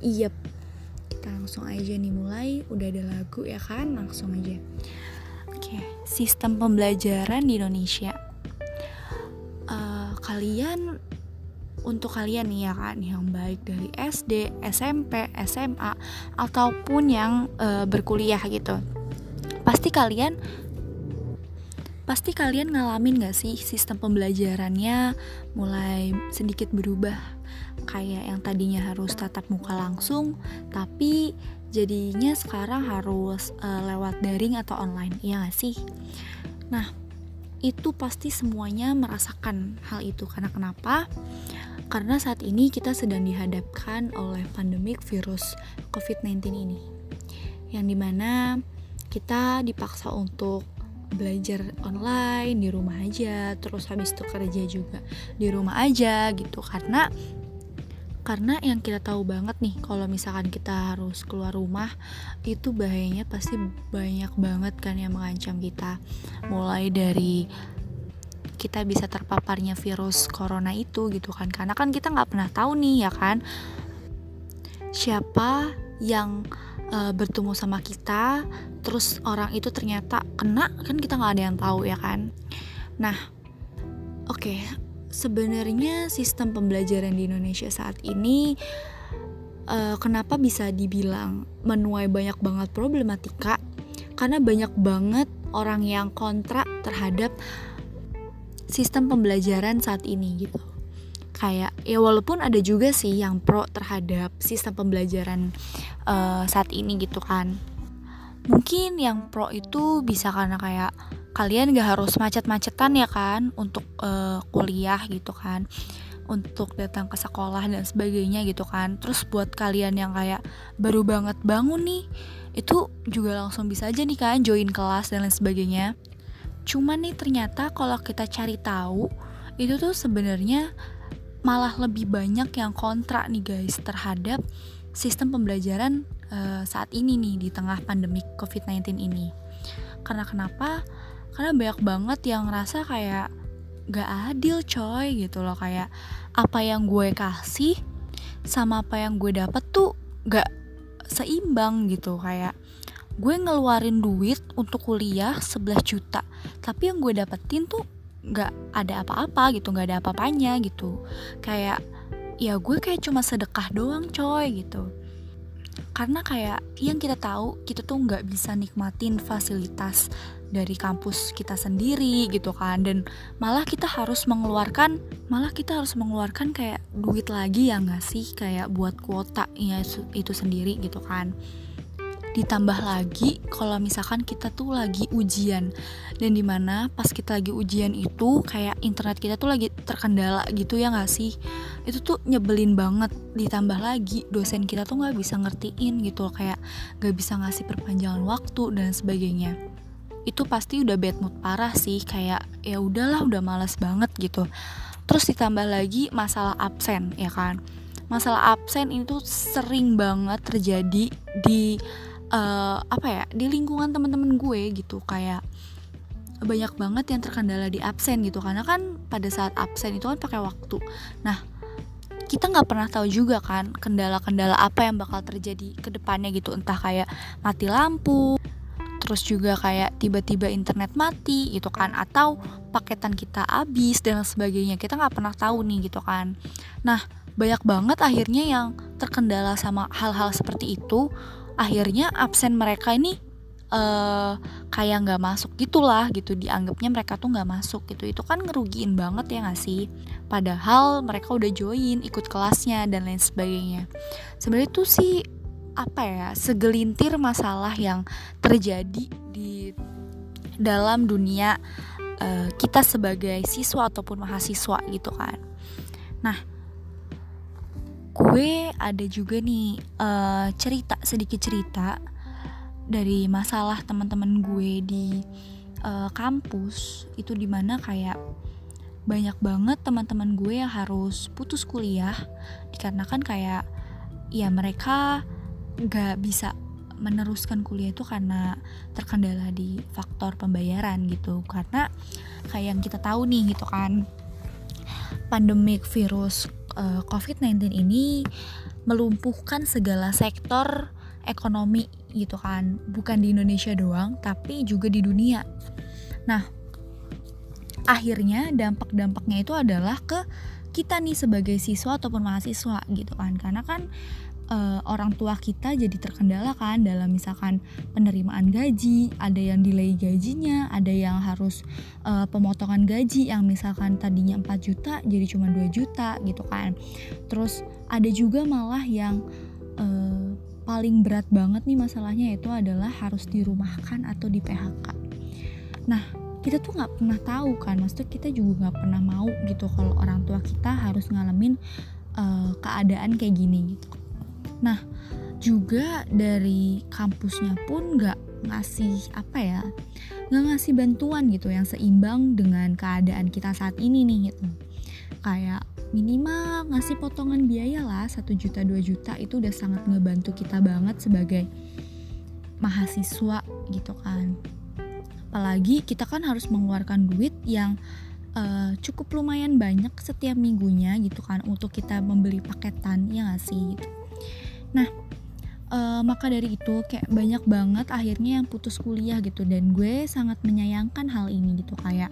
Iya, kita langsung aja nih mulai. Udah ada lagu ya kan, langsung aja. Oke, sistem pembelajaran di Indonesia. Untuk kalian nih ya kan, yang baik dari SD, SMP, SMA, ataupun yang berkuliah gitu, pasti kalian ngalamin gak sih sistem pembelajarannya mulai sedikit berubah. Kayak yang tadinya harus tatap muka langsung, tapi jadinya sekarang harus lewat daring atau online, iya gak sih? Nah, itu pasti semuanya merasakan hal itu. Karena kenapa? Karena saat ini kita sedang dihadapkan oleh pandemik virus COVID-19 ini, yang dimana kita dipaksa untuk belajar online di rumah aja, terus habis itu kerja juga di rumah aja gitu. Karena yang kita tahu banget nih, kalau misalkan kita harus keluar rumah, itu bahayanya pasti banyak banget kan yang mengancam kita. Mulai dari kita bisa terpaparnya virus corona itu gitu kan, karena kan kita nggak pernah tahu nih ya kan, siapa yang bertemu sama kita, terus orang itu ternyata kena, kan kita nggak ada yang tahu ya kan. Nah, oke. Sebenarnya sistem pembelajaran di Indonesia saat ini kenapa bisa dibilang menuai banyak banget problematika? Karena banyak banget orang yang kontra terhadap sistem pembelajaran saat ini gitu. Kayak ya walaupun ada juga sih yang pro terhadap sistem pembelajaran saat ini gitu kan. Mungkin yang pro itu bisa karena kayak kalian gak harus macet-macetan ya kan untuk kuliah gitu kan, untuk datang ke sekolah dan sebagainya gitu kan. Terus buat kalian yang kayak baru banget bangun nih, itu juga langsung bisa aja nih kan join kelas dan lain sebagainya. Cuman nih ternyata kalau kita cari tahu, itu tuh sebenarnya malah lebih banyak yang kontra nih guys terhadap sistem pembelajaran saat ini nih di tengah pandemi COVID-19 ini. Karena kenapa? Karena banyak banget yang ngerasa kayak gak adil coy gitu loh. Kayak apa yang gue kasih sama apa yang gue dapet tuh gak seimbang gitu. Kayak gue ngeluarin duit untuk kuliah 11 juta, tapi yang gue dapetin tuh gak ada apa-apa gitu, gak ada apa-apanya gitu. Kayak ya gue kayak cuma sedekah doang coy gitu. Karena kayak yang kita tahu, kita tuh gak bisa nikmatin fasilitas dari kampus kita sendiri gitu kan. Dan malah kita harus mengeluarkan kayak duit lagi ya gak sih, kayak buat kuota ya itu sendiri gitu kan. Ditambah lagi kalau misalkan kita tuh lagi ujian, dan dimana pas kita lagi ujian itu kayak internet kita tuh lagi terkendala gitu ya gak sih. Itu tuh nyebelin banget. Ditambah lagi dosen kita tuh gak bisa ngertiin gitu, kayak gak bisa ngasih perpanjangan waktu dan sebagainya. Itu pasti udah bad mood parah sih, kayak ya udahlah, udah malas banget gitu. Terus ditambah lagi masalah absen ya kan. Masalah absen itu sering banget terjadi di di lingkungan teman-teman gue gitu. Kayak banyak banget yang terkendala di absen gitu, karena kan pada saat absen itu kan pakai waktu. Nah, kita nggak pernah tahu juga kan kendala-kendala apa yang bakal terjadi ke depannya gitu. Entah kayak mati lampu, terus juga kayak tiba-tiba internet mati gitu kan, atau paketan kita habis dan sebagainya. Kita nggak pernah tahu nih gitu kan. Nah, banyak banget akhirnya yang terkendala sama hal-hal seperti itu. Akhirnya absen mereka ini kayak nggak masuk gitulah gitu, dianggapnya mereka tuh nggak masuk gitu. Itu kan ngerugiin banget ya nggak sih, padahal mereka udah join ikut kelasnya dan lain sebagainya. Sebenarnya itu sih segelintir masalah yang terjadi di dalam dunia kita sebagai siswa ataupun mahasiswa gitu kan. Nah, gue ada juga nih sedikit cerita dari masalah teman-teman gue di kampus itu, dimana kayak banyak banget teman-teman gue yang harus putus kuliah dikarenakan kayak ya mereka gak bisa meneruskan kuliah itu karena terkendala di faktor pembayaran gitu. Karena kayak yang kita tahu nih gitu kan, pandemik virus COVID-19 ini melumpuhkan segala sektor ekonomi gitu kan, bukan di Indonesia doang tapi juga di dunia. Nah, akhirnya dampak-dampaknya itu adalah ke kita nih sebagai siswa ataupun mahasiswa gitu kan, karena kan orang tua kita jadi terkendala kan dalam misalkan penerimaan gaji, ada yang delay gajinya, ada yang harus pemotongan gaji yang misalkan tadinya 4 juta jadi cuma 2 juta gitu kan. Terus ada juga malah yang paling berat banget nih masalahnya itu adalah harus dirumahkan atau di PHK. Nah, kita tuh nggak pernah tahu kan, maksudnya kita juga nggak pernah mau gitu kalau orang tua kita harus ngalamin keadaan kayak gini gitu. Nah, juga dari kampusnya pun nggak ngasih nggak ngasih bantuan gitu yang seimbang dengan keadaan kita saat ini nih gitu. Kayak minimal ngasih potongan biaya lah 1 juta 2 juta itu udah sangat ngebantu kita banget sebagai mahasiswa gitu kan. Apalagi kita kan harus mengeluarkan duit yang cukup lumayan banyak setiap minggunya gitu kan untuk kita membeli paketan, ya nggak sih gitu. Nah, maka dari itu kayak banyak banget akhirnya yang putus kuliah gitu, dan gue sangat menyayangkan hal ini gitu. Kayak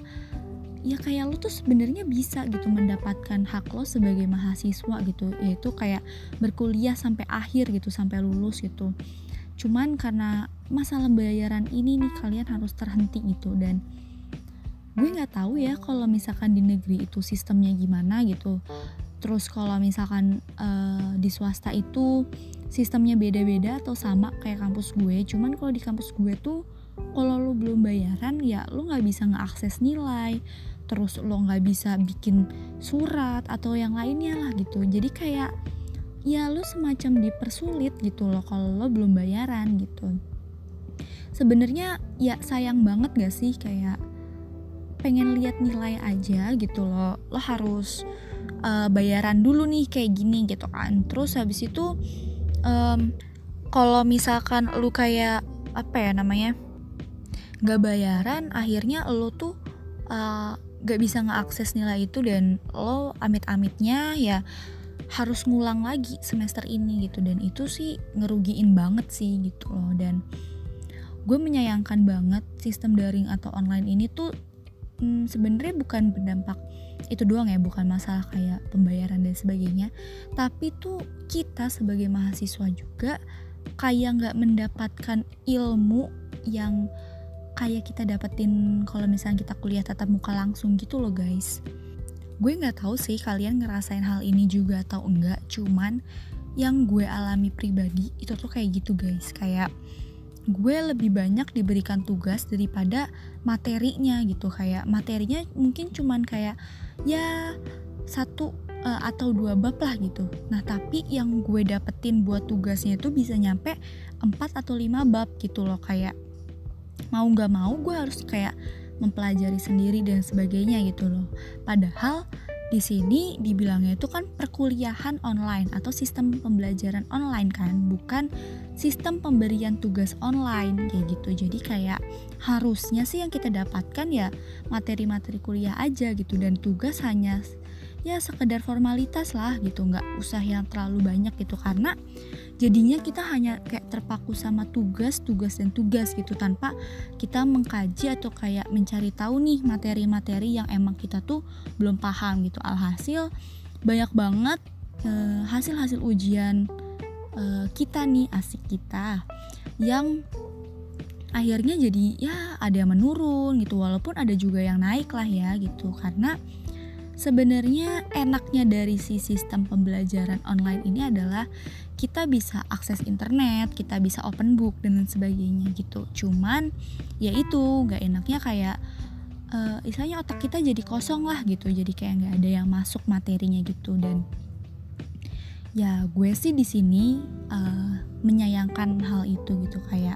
lu tuh sebenarnya bisa gitu mendapatkan hak lo sebagai mahasiswa gitu, yaitu kayak berkuliah sampai akhir gitu, sampai lulus gitu. Cuman karena masalah bayaran ini nih kalian harus terhenti gitu. Dan gue nggak tahu ya kalau misalkan di negeri itu sistemnya gimana gitu. Terus kalau misalkan di swasta itu sistemnya beda-beda atau sama kayak kampus gue. Cuman kalau di kampus gue tuh kalau lo belum bayaran ya lo nggak bisa ngeakses nilai. Terus lo nggak bisa bikin surat atau yang lainnya lah gitu. Jadi kayak ya lo semacam dipersulit gitu loh kalau lo belum bayaran gitu. Sebenarnya ya sayang banget gak sih, kayak pengen lihat nilai aja gitu loh. Lo harus bayaran dulu nih kayak gini gitu kan. Terus habis itu kalau misalkan lu kayak gak bayaran, akhirnya lo tuh gak bisa ngeakses nilai itu, dan lo amit-amitnya ya harus ngulang lagi semester ini gitu. Dan itu sih ngerugiin banget sih gitu loh. Dan gue menyayangkan banget sistem daring atau online ini tuh sebenarnya bukan berdampak itu doang ya, bukan masalah kayak pembayaran dan sebagainya, tapi tuh kita sebagai mahasiswa juga kayak nggak mendapatkan ilmu yang kayak kita dapetin kalau misalnya kita kuliah tatap muka langsung gitu loh guys. Gue nggak tahu sih kalian ngerasain hal ini juga atau enggak, cuman yang gue alami pribadi itu tuh kayak gitu guys. Kayak gue lebih banyak diberikan tugas daripada materinya gitu. Kayak materinya mungkin cuman kayak ya 1 atau 2 bab lah gitu. Nah tapi yang gue dapetin buat tugasnya itu bisa nyampe 4 atau 5 bab gitu loh. Kayak mau gak mau gue harus kayak mempelajari sendiri dan sebagainya gitu loh. Padahal di sini dibilangnya itu kan perkuliahan online atau sistem pembelajaran online kan, bukan sistem pemberian tugas online kayak gitu. Jadi kayak harusnya sih yang kita dapatkan ya materi-materi kuliah aja gitu, dan tugas hanya ya sekedar formalitas lah gitu, nggak usah yang terlalu banyak gitu. Karena jadinya kita hanya kayak terpaku sama tugas gitu tanpa kita mengkaji atau kayak mencari tahu nih materi-materi yang emang kita tuh belum paham gitu. Alhasil banyak banget hasil-hasil ujian kita nih kita yang akhirnya jadi ya ada yang menurun gitu, walaupun ada juga yang naik lah ya gitu. Karena sebenarnya enaknya dari si sistem pembelajaran online ini adalah kita bisa akses internet, kita bisa open book dan sebagainya gitu. Cuman ya itu gak enaknya kayak istilahnya otak kita jadi kosong lah gitu, jadi kayak gak ada yang masuk materinya gitu. Dan ya gue sih di sini menyayangkan hal itu gitu. Kayak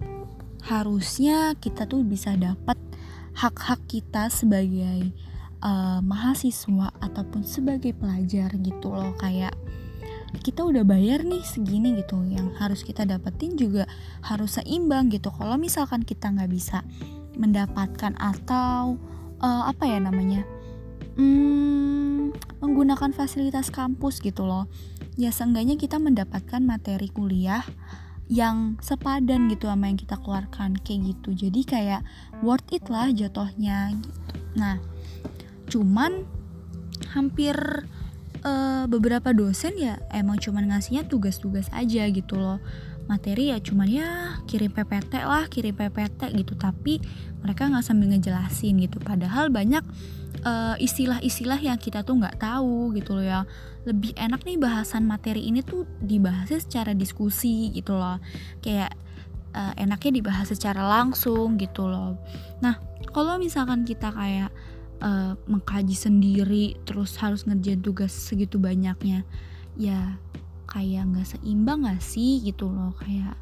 harusnya kita tuh bisa dapat hak-hak kita sebagai mahasiswa ataupun sebagai pelajar gitu loh. Kayak kita udah bayar nih segini gitu, yang harus kita dapetin juga harus seimbang gitu. Kalau misalkan kita nggak bisa mendapatkan atau menggunakan fasilitas kampus gitu loh, ya seenggaknya kita mendapatkan materi kuliah yang sepadan gitu sama yang kita keluarkan kayak gitu. Jadi kayak worth it lah jatuhnya gitu. Nah, cuman hampir beberapa dosen ya emang cuman ngasihnya tugas-tugas aja gitu loh. Materi ya cuman ya kirim PPT gitu, tapi mereka nggak sambil ngejelasin gitu. Padahal banyak istilah-istilah yang kita tuh nggak tahu gitu loh ya. Lebih enak nih bahasan materi ini tuh dibahasnya secara diskusi gitu loh. Kayak enaknya dibahas secara langsung gitu loh. Nah, kalau misalkan kita kayak mengkaji sendiri terus harus ngerjain tugas segitu banyaknya, ya kayak nggak seimbang nggak sih gitu loh. Kayak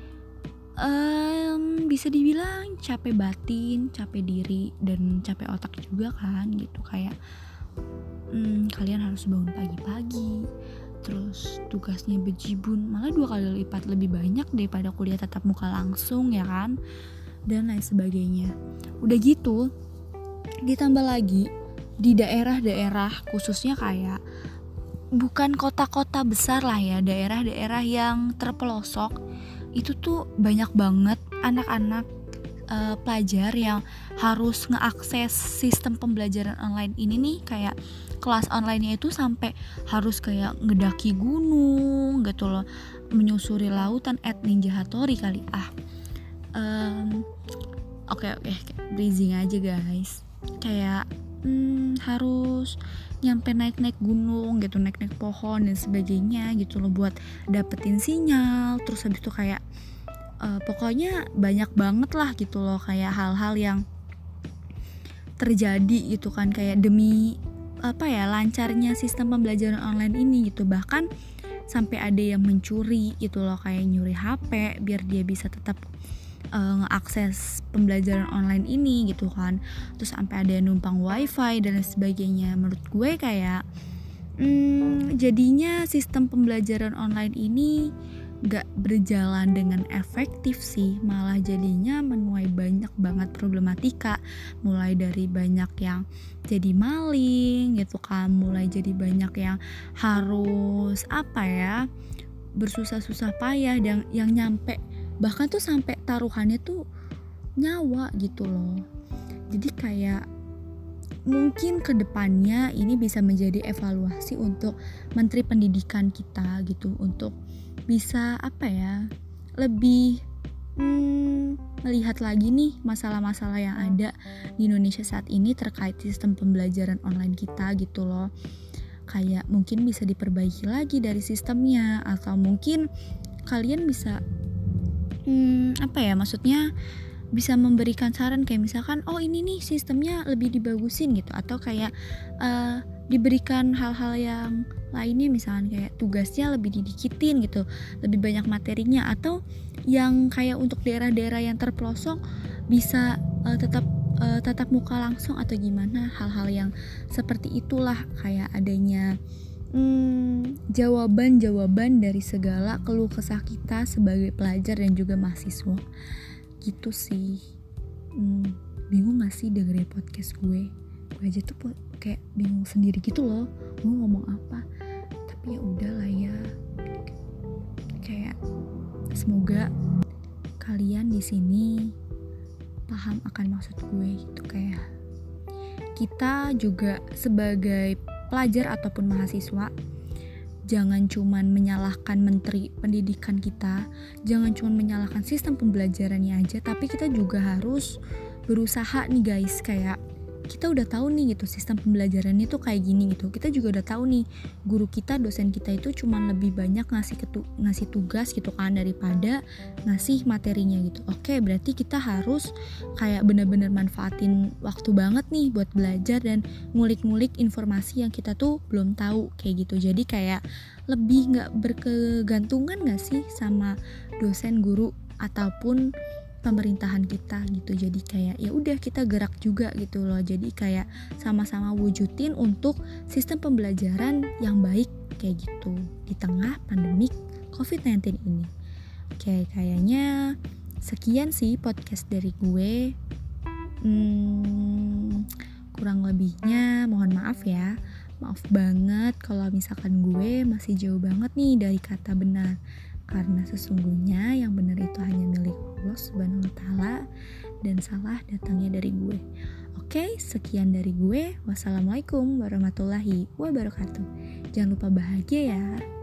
bisa dibilang capek batin, capek diri, dan capek otak juga kan gitu. Kayak kalian harus bangun pagi-pagi, terus tugasnya bejibun, malah 2 kali lipat lebih banyak daripada kuliah tatap muka langsung ya kan, dan lain sebagainya. Udah gitu ditambah lagi di daerah-daerah, khususnya kayak bukan kota-kota besar lah ya, daerah-daerah yang terpelosok, itu tuh banyak banget anak-anak pelajar yang harus ngeakses sistem pembelajaran online ini nih. Kayak kelas online-nya itu sampai harus kayak ngedaki gunung gitu loh, menyusuri lautan Ninja Hattori kali. Oke, breathing aja guys. Kayak harus nyampe naik-naik gunung gitu, naik-naik pohon dan sebagainya gitu loh buat dapetin sinyal. Terus habis itu kayak pokoknya banyak banget lah gitu loh, kayak hal-hal yang terjadi gitu kan, kayak demi lancarnya sistem pembelajaran online ini gitu. Bahkan sampai ada yang mencuri gitu loh, kayak nyuri HP biar dia bisa tetap ngeakses pembelajaran online ini gitu kan. Terus sampai ada yang numpang wifi dan sebagainya. Menurut gue kayak jadinya sistem pembelajaran online ini gak berjalan dengan efektif sih. Malah jadinya menuai banyak banget problematika, mulai dari banyak yang jadi maling gitu kan, mulai jadi banyak yang harus bersusah-susah payah, dan yang nyampe bahkan tuh sampai taruhannya tuh nyawa gitu loh. Jadi kayak mungkin kedepannya ini bisa menjadi evaluasi untuk Menteri Pendidikan kita gitu, untuk bisa lebih melihat lagi nih masalah-masalah yang ada di Indonesia saat ini terkait sistem pembelajaran online kita gitu loh. Kayak mungkin bisa diperbaiki lagi dari sistemnya, atau mungkin kalian bisa maksudnya bisa memberikan saran kayak misalkan ini nih sistemnya lebih dibagusin gitu, atau kayak diberikan hal-hal yang lainnya, misalkan kayak tugasnya lebih didikitin gitu, lebih banyak materinya, atau yang kayak untuk daerah-daerah yang terpelosok bisa tetap tatap muka langsung atau gimana. Hal-hal yang seperti itulah, kayak adanya jawaban-jawaban dari segala keluh kesah kita sebagai pelajar dan juga mahasiswa gitu sih. Bingung gak sih dengerin podcast gue aja tuh kayak bingung sendiri gitu loh, gue ngomong apa. Tapi ya udahlah ya, kayak semoga kalian di sini paham akan maksud gue gitu. Kayak kita juga sebagai pelajar ataupun mahasiswa, jangan cuman menyalahkan Menteri Pendidikan kita, jangan cuman menyalahkan sistem pembelajarannya aja, tapi kita juga harus berusaha nih guys. Kayak kita udah tahu nih gitu sistem pembelajarannya tuh kayak gini gitu. Kita juga udah tahu nih guru kita, dosen kita itu cuman lebih banyak ngasih tugas gitu kan daripada ngasih materinya gitu. Oke, berarti kita harus kayak benar-benar manfaatin waktu banget nih buat belajar dan ngulik-ngulik informasi yang kita tuh belum tahu kayak gitu. Jadi kayak lebih nggak berkegantungan nggak sih sama dosen, guru ataupun pemerintahan kita gitu. Jadi kayak ya udah kita gerak juga gitu loh. Jadi kayak sama-sama wujudin untuk sistem pembelajaran yang baik kayak gitu di tengah pandemik COVID-19 ini. Oke, kayaknya sekian sih podcast dari gue. Kurang lebihnya mohon maaf ya. Maaf banget kalau misalkan gue masih jauh banget nih dari kata benar. Karena sesungguhnya yang benar itu hanya milik Allah Subhanahu wa taala dan salah datangnya dari gue. Oke, sekian dari gue. Wassalamualaikum warahmatullahi wabarakatuh. Jangan lupa bahagia ya.